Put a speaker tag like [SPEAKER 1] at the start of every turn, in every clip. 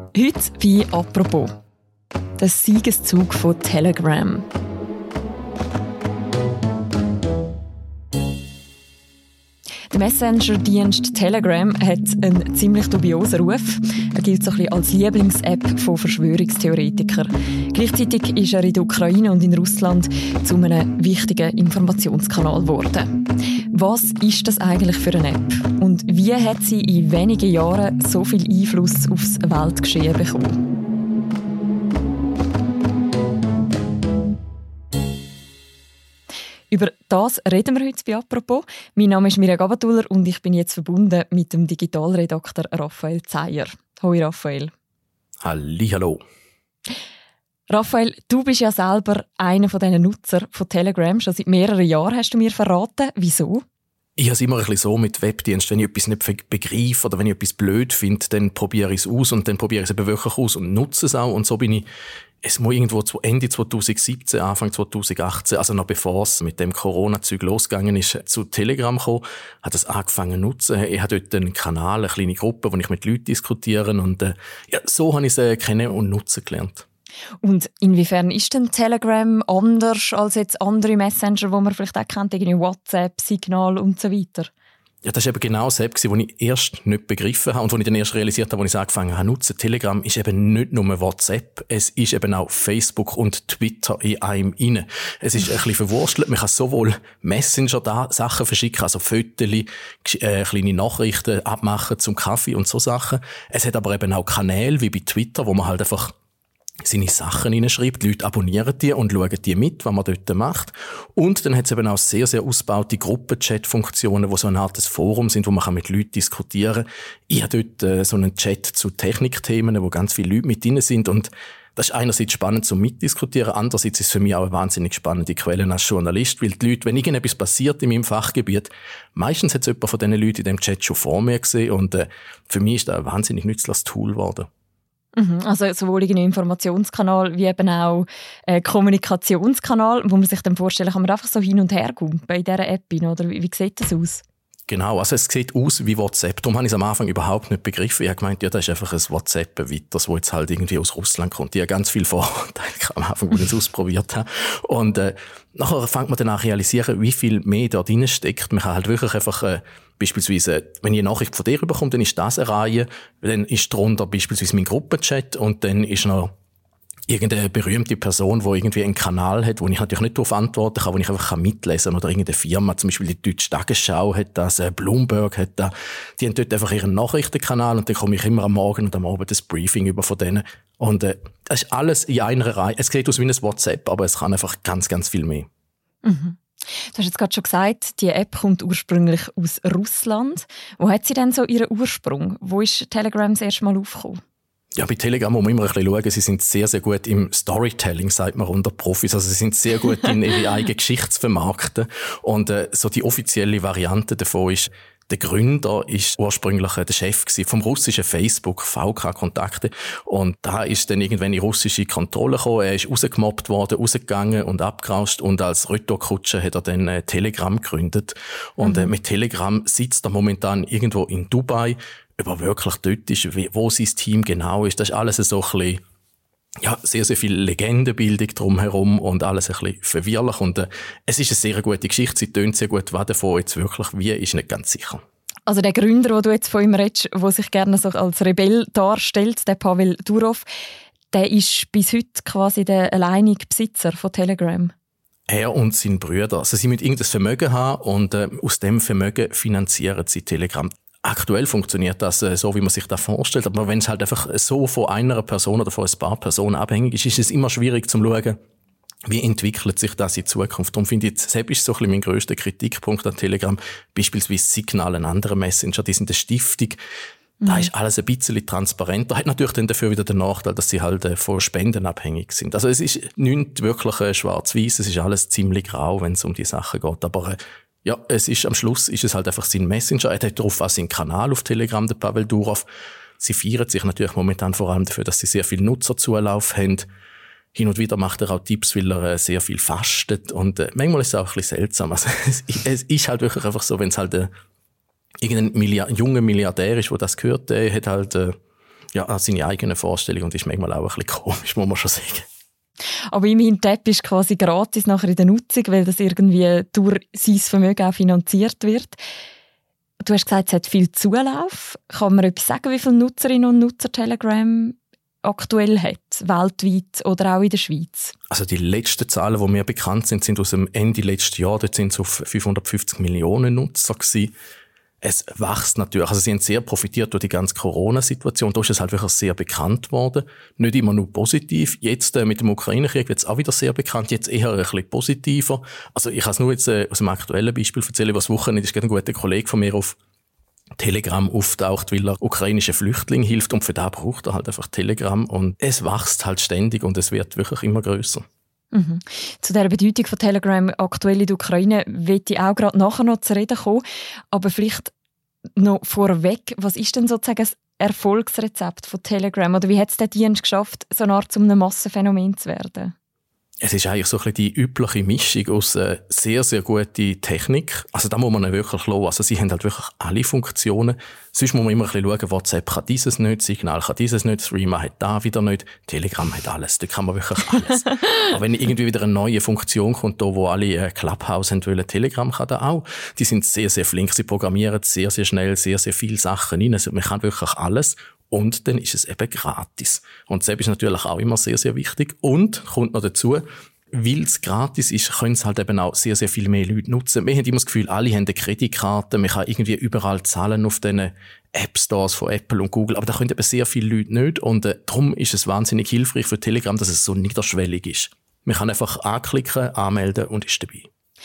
[SPEAKER 1] Heute bei «Apropos». Der Siegeszug von Telegram. Der Messenger-Dienst Telegram hat einen ziemlich dubiosen Ruf. Er gilt so ein bisschen als Lieblings-App von Verschwörungstheoretikern. Gleichzeitig ist er in der Ukraine und in Russland zu einem wichtigen Informationskanal geworden. Was ist das eigentlich für eine App? Und wie hat sie in wenigen Jahren so viel Einfluss aufs Weltgeschehen bekommen? Über das reden wir heute bei «Apropos». Mein Name ist Mirja Gabatuller und ich bin jetzt verbunden mit dem Digitalredakteur Raphael Zeyer. Hoi Raphael.
[SPEAKER 2] Hallihallo.
[SPEAKER 1] Raphael, du bist ja selber einer von diesen Nutzer von Telegram. Schon seit mehreren Jahren hast du mir verraten. Wieso?
[SPEAKER 2] Ich habe es immer ein bisschen so mit Webdiensten, wenn ich etwas nicht begreife oder wenn ich etwas blöd finde, dann probiere ich es aus und dann probiere ich es eben wirklich aus und nutze es auch. Und so bin ich, es muss irgendwo zu Ende 2017, Anfang 2018, also noch bevor es mit dem Corona-Zeug losgegangen ist, zu Telegram gekommen, hat es angefangen zu nutzen. Ich habe dort einen Kanal, eine kleine Gruppe, wo ich mit Leuten diskutiere und so habe ich es kennen und nutzen gelernt.
[SPEAKER 1] Und inwiefern ist denn Telegram anders als jetzt andere Messenger, die man vielleicht auch kennt, irgendwie WhatsApp, Signal und so weiter?
[SPEAKER 2] Ja, das war eben genau das App, das ich erst nicht begriffen habe und wo ich dann erst realisiert habe, als ich es angefangen habe zu nutzen. Telegram ist eben nicht nur WhatsApp, es ist eben auch Facebook und Twitter in einem rein. Es ist ein bisschen verwurstelt. Man kann sowohl Messenger-Sachen verschicken, also Fotos, kleine Nachrichten abmachen zum Kaffee und so Sachen. Es hat aber eben auch Kanäle wie bei Twitter, wo man halt einfach seine Sachen hineinschreibt, die Leute abonnieren die und schauen die mit, was man dort macht. Und dann hat es eben auch sehr, sehr ausgebaute Gruppen-Chat-Funktionen, die so eine Art Forum sind, wo man mit Leuten diskutieren kann. Ich habe dort so einen Chat zu Technikthemen, wo ganz viele Leute mit drin sind und das ist einerseits spannend zum Mitdiskutieren, andererseits ist es für mich auch eine wahnsinnig spannende Quelle als Journalist, weil die Leute, wenn irgendetwas passiert in meinem Fachgebiet, meistens hat es jemand von diesen Leuten in dem Chat schon vor mir gesehen und für mich ist das ein wahnsinnig nützliches Tool geworden.
[SPEAKER 1] Also sowohl ein Informationskanal wie eben auch ein Kommunikationskanal, wo man sich dann vorstellen kann, man einfach so hin und her kommt bei dieser App, oder wie sieht das aus?
[SPEAKER 2] Genau, also es sieht aus wie WhatsApp. Darum habe ich es am Anfang überhaupt nicht begriffen. Ich habe gemeint, ja, das ist einfach ein WhatsApp weiter, das jetzt halt irgendwie aus Russland kommt. Ich habe ganz viel Vorurteile am Anfang, als ich es ausprobiert habe. Und nachher fängt man dann an zu realisieren, wie viel mehr da drin steckt. Man kann halt wirklich einfach beispielsweise, wenn ich eine Nachricht von dir bekomme, dann ist das eine Reihe, dann ist darunter beispielsweise mein Gruppenchat und dann ist noch irgendeine berühmte Person, die irgendwie einen Kanal hat, wo ich natürlich nicht darauf antworten kann, wo ich einfach mitlesen kann. Oder irgendeine Firma, zum Beispiel die Deutsche Tagesschau hat das, Bloomberg hat das. Die haben dort einfach ihren Nachrichtenkanal und dann komme ich immer am Morgen und am Abend das Briefing über von denen. Und das ist alles in einer Reihe. Es sieht aus wie ein WhatsApp, aber es kann einfach ganz, ganz viel mehr.
[SPEAKER 1] Mhm. Du hast jetzt gerade schon gesagt, die App kommt ursprünglich aus Russland. Wo hat sie denn so ihren Ursprung? Wo ist Telegram das erste Mal aufgekommen?
[SPEAKER 2] Ja, bei Telegram muss man immer ein bisschen schauen. Sie sind sehr, sehr gut im Storytelling, sagt man unter Profis. Also sie sind sehr gut in ihre eigene Geschichte zu vermarkten. Und so die offizielle Variante davon ist, der Gründer ist ursprünglich der Chef vom russischen Facebook, VK-Kontakte. Und da ist dann irgendwann in russische Kontrolle gekommen. Er ist rausgemobbt worden, rausgegangen und abgerauscht. Und als Retourkutsche hat er dann Telegram gegründet. Und mit Telegram sitzt er momentan irgendwo in Dubai. Aber wirklich dort ist, wo sein Team genau ist, das ist alles so ein bisschen, ja, sehr, sehr viel Legendenbildung drumherum und alles ein bisschen verwirrlich. Und es ist eine sehr gute Geschichte, sie tönt sehr gut, was davon jetzt wirklich wie, ist nicht ganz sicher.
[SPEAKER 1] Also der Gründer, den du jetzt von ihm redest, der sich gerne so als Rebell darstellt, der Pavel Durov, der ist bis heute quasi der alleinige Besitzer von Telegram.
[SPEAKER 2] Er und sein Bruder. Also sie müssen irgendein Vermögen haben und aus dem Vermögen finanzieren sie Telegram. Aktuell funktioniert das so, wie man sich das vorstellt, aber wenn es halt einfach so von einer Person oder von ein paar Personen abhängig ist, ist es immer schwierig zu schauen, wie entwickelt sich das in Zukunft. Darum finde ich, das ist so ein bisschen mein grösster Kritikpunkt an Telegram, beispielsweise Signal, ein anderer Messenger, die sind eine Stiftung. Da ist alles ein bisschen transparenter. Hat natürlich dann dafür wieder den Nachteil, dass sie halt von Spenden abhängig sind. Also es ist nicht wirklich schwarz-weiß, es ist alles ziemlich grau, wenn es um die Sachen geht. Aber ja, am Schluss ist es halt einfach sein Messenger. Er hat darauf auch seinen Kanal auf Telegram, der Pavel Durov. Sie feiern sich natürlich momentan vor allem dafür, dass sie sehr viel Nutzerzulauf haben. Hin und wieder macht er auch Tipps, weil er sehr viel fastet. Und manchmal ist es auch ein bisschen seltsam. Also, es ist halt wirklich einfach so, wenn es halt irgendein junger Milliardär ist, der das gehört, der hat halt seine eigenen Vorstellungen und ist manchmal auch ein bisschen komisch, muss man schon sagen.
[SPEAKER 1] Aber immerhin, die App ist quasi gratis nachher in der Nutzung, weil das irgendwie durch sein Vermögen auch finanziert wird. Du hast gesagt, es hat viel Zulauf. Kann man etwas sagen, wie viele Nutzerinnen und Nutzer Telegram aktuell hat, weltweit oder auch in der Schweiz?
[SPEAKER 2] Also die letzten Zahlen, die mir bekannt sind aus dem Ende letzten Jahr. Dort sind es auf 550 Millionen Nutzer gewesen. Es wächst natürlich. Also sie haben sehr profitiert durch die ganze Corona-Situation. Da ist es halt wirklich sehr bekannt worden. Nicht immer nur positiv. Jetzt mit dem Ukraine-Krieg wird es auch wieder sehr bekannt. Jetzt eher ein bisschen positiver. Also ich kann es nur jetzt aus dem aktuellen Beispiel erzählen. Was Wochenende ist gerade ein guter Kollege von mir auf Telegram auftaucht, weil er ukrainischen Flüchtlingen hilft. Und für das braucht er halt einfach Telegram. Und es wächst halt ständig und es wird wirklich immer grösser.
[SPEAKER 1] Mhm. Zu der Bedeutung von Telegram aktuell in der Ukraine möchte ich auch gerade nachher noch zu reden kommen. Aber vielleicht noch vorweg, was ist denn sozusagen das Erfolgsrezept von Telegram? Oder wie hat es der Dienst geschafft, so eine Art zu einem Massenphänomen zu werden?
[SPEAKER 2] Es ist eigentlich so ein bisschen die übliche Mischung aus sehr, sehr guter Technik. Also da muss man nicht wirklich lassen. Also sie haben halt wirklich alle Funktionen. Sonst muss man immer ein bisschen schauen, WhatsApp kann dieses nicht, Signal kann dieses nicht, Threema hat da wieder nicht, Telegram hat alles. Da kann man wirklich alles. Aber wenn irgendwie wieder eine neue Funktion kommt, da wo alle Clubhouse haben wollen, Telegram kann da auch. Die sind sehr, sehr flink. Sie programmieren sehr, sehr schnell, sehr, sehr viele Sachen rein. Also man kann wirklich alles. Und dann ist es eben gratis. Und das ist natürlich auch immer sehr, sehr wichtig. Und kommt noch dazu, weil es gratis ist, können es halt eben auch sehr, sehr viel mehr Leute nutzen. Wir haben immer das Gefühl, alle haben eine Kreditkarte, man kann irgendwie überall zahlen auf den App-Stores von Apple und Google, aber da können eben sehr viele Leute nicht. Und darum ist es wahnsinnig hilfreich für Telegram, dass es so niederschwellig ist. Man kann einfach anklicken, anmelden und ist dabei.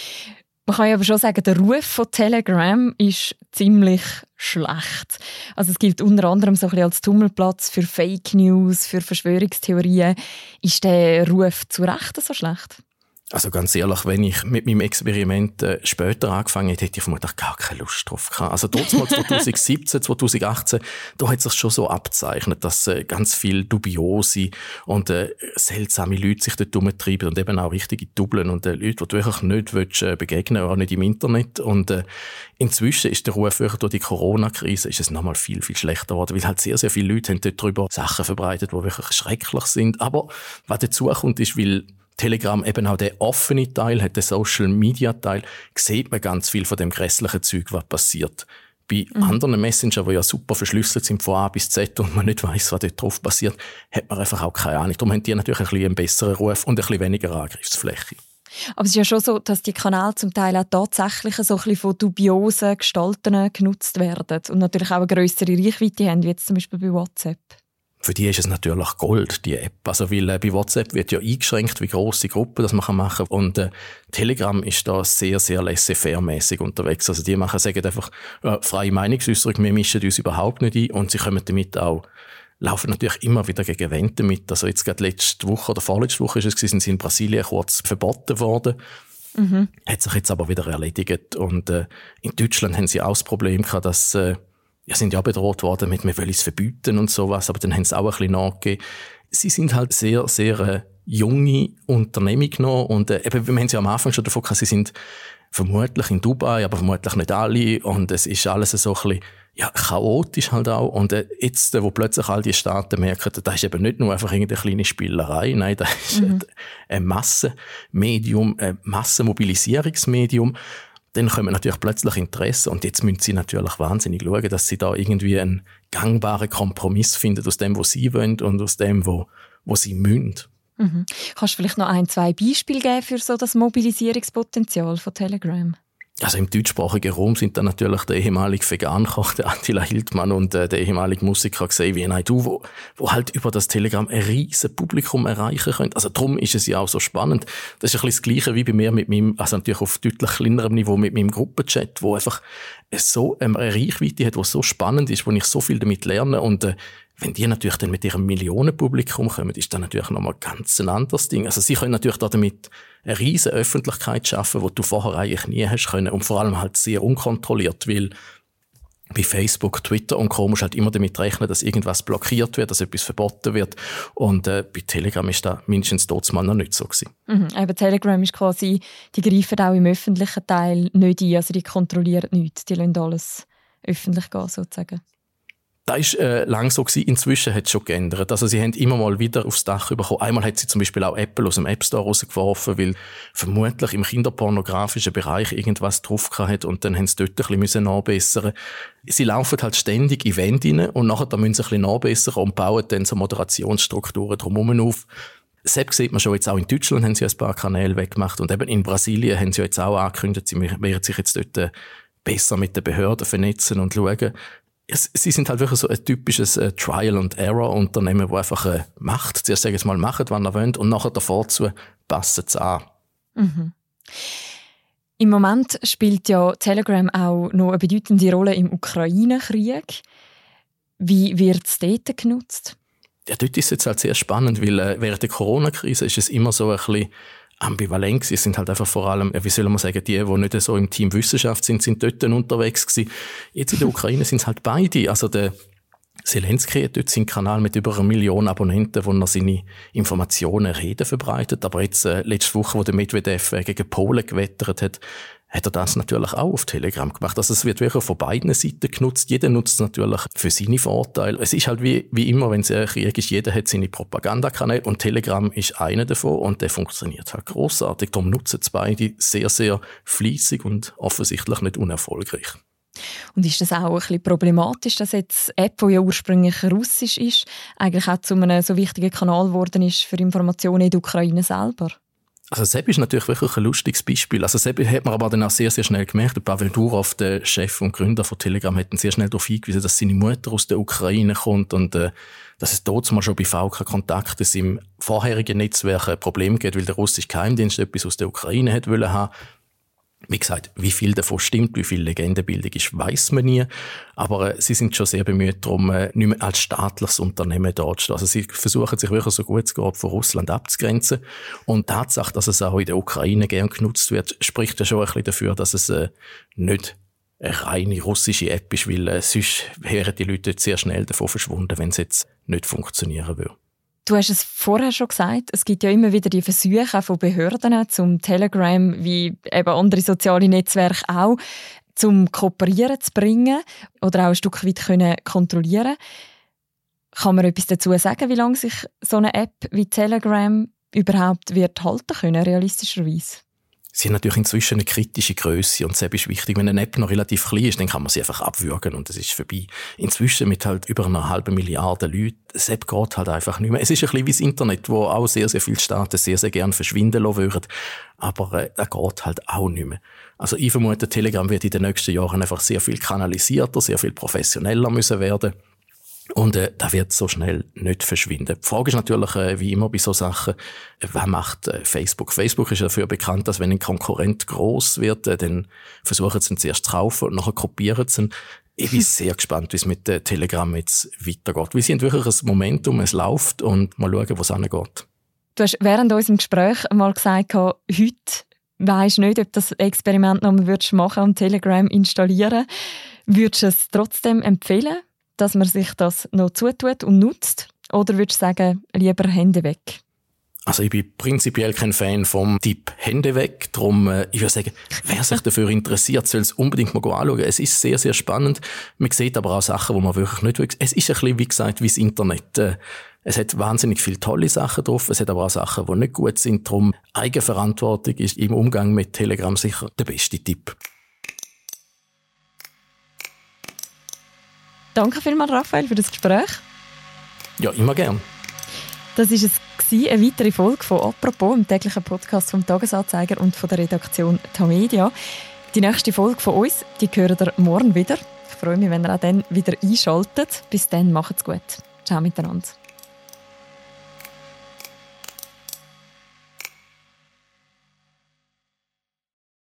[SPEAKER 1] Man kann ja aber schon sagen, der Ruf von Telegram ist ziemlich schlecht. Also es gilt unter anderem so ein bisschen als Tummelplatz für Fake News, für Verschwörungstheorien. Ist der Ruf zu Recht so schlecht?
[SPEAKER 2] Also ganz ehrlich, wenn ich mit meinem Experiment später angefangen hätte, hätte ich vermutlich gar keine Lust drauf gehabt. Also dort mal 2017, 2018, da hat es sich schon so abgezeichnet, dass ganz viel dubiose und seltsame Leute sich dort rumtreiben und eben auch richtige Dublen und Leute, die du wirklich nicht begegnen willst, auch nicht im Internet. Und inzwischen ist der Ruf wirklich durch die Corona-Krise ist es nochmal viel, viel schlechter geworden, weil halt sehr, sehr viele Leute haben dort drüber Sachen verbreitet, die wirklich schrecklich sind. Aber was dazu kommt, ist, weil Telegram eben auch der offene Teil hat, den Social-Media-Teil, sieht man ganz viel von dem grässlichen Zeug, was passiert. Bei anderen Messenger, die ja super verschlüsselt sind von A bis Z und man nicht weiss, was dort drauf passiert, hat man einfach auch keine Ahnung. Darum haben die natürlich ein bisschen einen besseren Ruf und ein bisschen weniger Angriffsfläche.
[SPEAKER 1] Aber es ist ja schon so, dass die Kanäle zum Teil auch tatsächlich so ein bisschen von dubiosen Gestalten genutzt werden und natürlich auch eine grössere Reichweite haben, wie jetzt zum Beispiel bei WhatsApp.
[SPEAKER 2] Für die ist es natürlich Gold, die App. Also, weil bei WhatsApp wird ja eingeschränkt, wie grosse Gruppen das man machen kann. Und Telegram ist da sehr, sehr laissez-faire-mässig unterwegs. Also, die sagen einfach freie Meinungsäußerung, wir mischen uns überhaupt nicht ein. Und sie kommen damit auch, laufen natürlich immer wieder gegen Wände mit. Also, jetzt gerade letzte Woche oder vorletzte Woche ist es gewesen, sind in Brasilien kurz verboten worden. Hat sich jetzt aber wieder erledigt. Und in Deutschland haben sie auch das Problem gehabt, dass sind ja bedroht worden mit, wir wollen es verbieten und sowas, aber dann haben sie auch ein bisschen nachgegeben. Sie sind halt sehr, sehr junge Unternehmung noch und eben, wir haben sie am Anfang schon davon gehabt, sie sind vermutlich in Dubai, aber vermutlich nicht alle und es ist alles so ein bisschen chaotisch halt auch und jetzt, wo plötzlich all die Staaten merken, das ist eben nicht nur einfach irgendeine kleine Spielerei, nein, das ist ein Massenmedium, ein Massenmobilisierungsmedium. Dann kommen natürlich plötzlich Interesse und jetzt müssen sie natürlich wahnsinnig schauen, dass sie da irgendwie einen gangbaren Kompromiss finden aus dem, was sie wollen und aus dem, wo sie müssen.
[SPEAKER 1] Kannst du vielleicht noch 1-2 Beispiele geben für so das Mobilisierungspotenzial von Telegram?
[SPEAKER 2] Also im deutschsprachigen Raum sind dann natürlich der ehemalige Vegankoch, der Attila Hildmann und der ehemalige Musiker Xavier Naidoo, wo halt über das Telegram ein riesen Publikum erreichen können. Also darum ist es ja auch so spannend. Das ist ein bisschen das Gleiche wie bei mir mit meinem, also natürlich auf deutlich kleinerem Niveau mit meinem Gruppenchat, wo einfach so eine Reichweite hat, wo so spannend ist, wo ich so viel damit lerne und wenn die natürlich dann mit ihrem Millionenpublikum kommen, ist das natürlich nochmal ganz ein anderes Ding. Also sie können natürlich damit eine riesen Öffentlichkeit schaffen, die du vorher eigentlich nie hast können und vor allem halt sehr unkontrolliert, weil bei Facebook, Twitter und Co. musst du halt immer damit rechnen, dass irgendwas blockiert wird, dass etwas verboten wird und bei Telegram ist das mindestens dort mal noch nicht so gewesen.
[SPEAKER 1] Aber Telegram ist quasi, die greifen auch im öffentlichen Teil nicht ein, also die kontrollieren nichts, die lassen alles öffentlich gehen sozusagen.
[SPEAKER 2] Das war lange so gewesen. Inzwischen hat es schon geändert. Also sie haben immer mal wieder aufs Dach bekommen. Einmal hat sie zum Beispiel auch Apple aus dem App Store rausgeworfen, weil vermutlich im kinderpornografischen Bereich irgendwas drauf hat und dann haben sie dort ein bisschen nachbessern. Sie laufen halt ständig in Wände rein und nachher müssen sie ein bisschen nachbessern und bauen dann so Moderationsstrukturen drumherum auf. Selbst sieht man schon, jetzt auch in Deutschland haben sie ein paar Kanäle weggemacht und eben in Brasilien haben sie jetzt auch angekündigt, sie werden sich jetzt dort besser mit den Behörden vernetzen und schauen. Sie sind halt wirklich so ein typisches Trial-and-Error-Unternehmen, das einfach macht. Zuerst sagen sie mal, machen, wann ihr wollt und nachher dazu passen sie an.
[SPEAKER 1] Mhm. Im Moment spielt ja Telegram auch noch eine bedeutende Rolle im Ukraine-Krieg. Wie wird es dort genutzt?
[SPEAKER 2] Ja, dort ist es jetzt halt sehr spannend, weil während der Corona-Krise ist es immer so ein bisschen ambivalent gewesen. Es sind halt einfach vor allem, wie soll man sagen, die nicht so im Team Wissenschaft sind dort unterwegs gewesen. Jetzt in der Ukraine sind es halt beide. Also der Zelensky hat dort seinen Kanal mit über 1 Million Abonnenten, wo er seine Informationen, Reden verbreitet. Aber jetzt, letzte Woche, wo der Medvedev gegen Polen gewettert hat er das natürlich auch auf Telegram gemacht. Also es wird wirklich von beiden Seiten genutzt. Jeder nutzt es natürlich für seine Vorteile. Es ist halt wie immer, wenn es ein Krieg ist, jeder hat seine Propagandakanäle und Telegram ist einer davon und der funktioniert halt grossartig. Darum nutzen es beide sehr, sehr fleissig und offensichtlich nicht unerfolgreich.
[SPEAKER 1] Und ist das auch ein bisschen problematisch, dass jetzt App, die ja ursprünglich russisch ist, eigentlich auch zu einem so wichtigen Kanal geworden ist für Informationen in der Ukraine selber?
[SPEAKER 2] Also Sepp ist natürlich wirklich ein lustiges Beispiel. Also Sepp hat man aber dann auch sehr, sehr schnell gemerkt. Der Pavel Durov, der Chef und Gründer von Telegram, hat dann sehr schnell darauf hingewiesen, dass seine Mutter aus der Ukraine kommt und dass es dort mal schon bei VK-Kontakten im vorherigen Netzwerk ein Problem gibt, weil der russische Geheimdienst etwas aus der Ukraine hat wollen haben. Wie gesagt, wie viel davon stimmt, wie viel Legendenbildung ist, weiss man nie. Aber sie sind schon sehr bemüht darum, nicht mehr als staatliches Unternehmen dort zu stehen. Also sie versuchen sich wirklich so gut es geht von Russland abzugrenzen. Und die Tatsache, dass es auch in der Ukraine gern genutzt wird, spricht ja schon ein bisschen dafür, dass es nicht eine reine russische App ist, weil sonst wären die Leute sehr schnell davon verschwunden, wenn es jetzt nicht funktionieren würde.
[SPEAKER 1] Du hast es vorher schon gesagt, es gibt ja immer wieder die Versuche auch von Behörden, zum Telegram wie eben andere soziale Netzwerke auch, zum Kooperieren zu bringen oder auch ein Stück weit können kontrollieren. Kann man etwas dazu sagen, wie lange sich so eine App wie Telegram überhaupt wird halten können, realistischerweise?
[SPEAKER 2] Sie haben natürlich inzwischen eine kritische Grösse und das ist wichtig. Wenn eine App noch relativ klein ist, dann kann man sie einfach abwürgen und es ist vorbei. Inzwischen mit halt über 1,5 Milliarde Leuten, das App geht halt einfach nicht mehr. Es ist ein bisschen wie das Internet, wo auch sehr, sehr viele Staaten sehr, sehr gerne verschwinden lassen würden. Aber das geht halt auch nicht mehr. Also ich vermute, Telegram wird in den nächsten Jahren einfach sehr viel kanalisierter, sehr viel professioneller müssen werden. Und das wird so schnell nicht verschwinden. Die Frage ist natürlich, wie immer bei so Sachen, was macht Facebook? Facebook ist dafür bekannt, dass wenn ein Konkurrent gross wird, dann versuchen sie ihn zuerst zu kaufen und nachher kopieren sie ihn. Ich bin sehr gespannt, wie es mit Telegram jetzt weitergeht. Wir sind wirklich ein Momentum, es läuft und mal schauen, wo es hingeht.
[SPEAKER 1] Du hast während unserem Gespräch mal gesagt, heute weisst du nicht, ob das Experiment noch mal machen und Telegram installieren. Würdest du es trotzdem empfehlen, dass man sich das noch zutut und nutzt? Oder würdest du sagen, lieber Hände weg?
[SPEAKER 2] Also ich bin prinzipiell kein Fan vom Tipp Hände weg. Darum, ich würde sagen, wer sich dafür interessiert, soll es unbedingt mal anschauen. Es ist sehr, sehr spannend. Man sieht aber auch Sachen, die man wirklich nicht will. Es ist ein bisschen, wie gesagt, wie das Internet. Es hat wahnsinnig viele tolle Sachen drauf. Es hat aber auch Sachen, die nicht gut sind. Darum, Eigenverantwortung ist im Umgang mit Telegram sicher der beste Tipp.
[SPEAKER 1] Danke vielmals, Raphael, für das Gespräch.
[SPEAKER 2] Ja, immer gern.
[SPEAKER 1] Das war eine weitere Folge von «Apropos», dem täglichen Podcast vom «Tagesanzeiger» und von der Redaktion Tamedia. Die nächste Folge von uns, die hören ihr morgen wieder. Ich freue mich, wenn ihr auch dann wieder einschaltet. Bis dann, macht's gut. Ciao miteinander.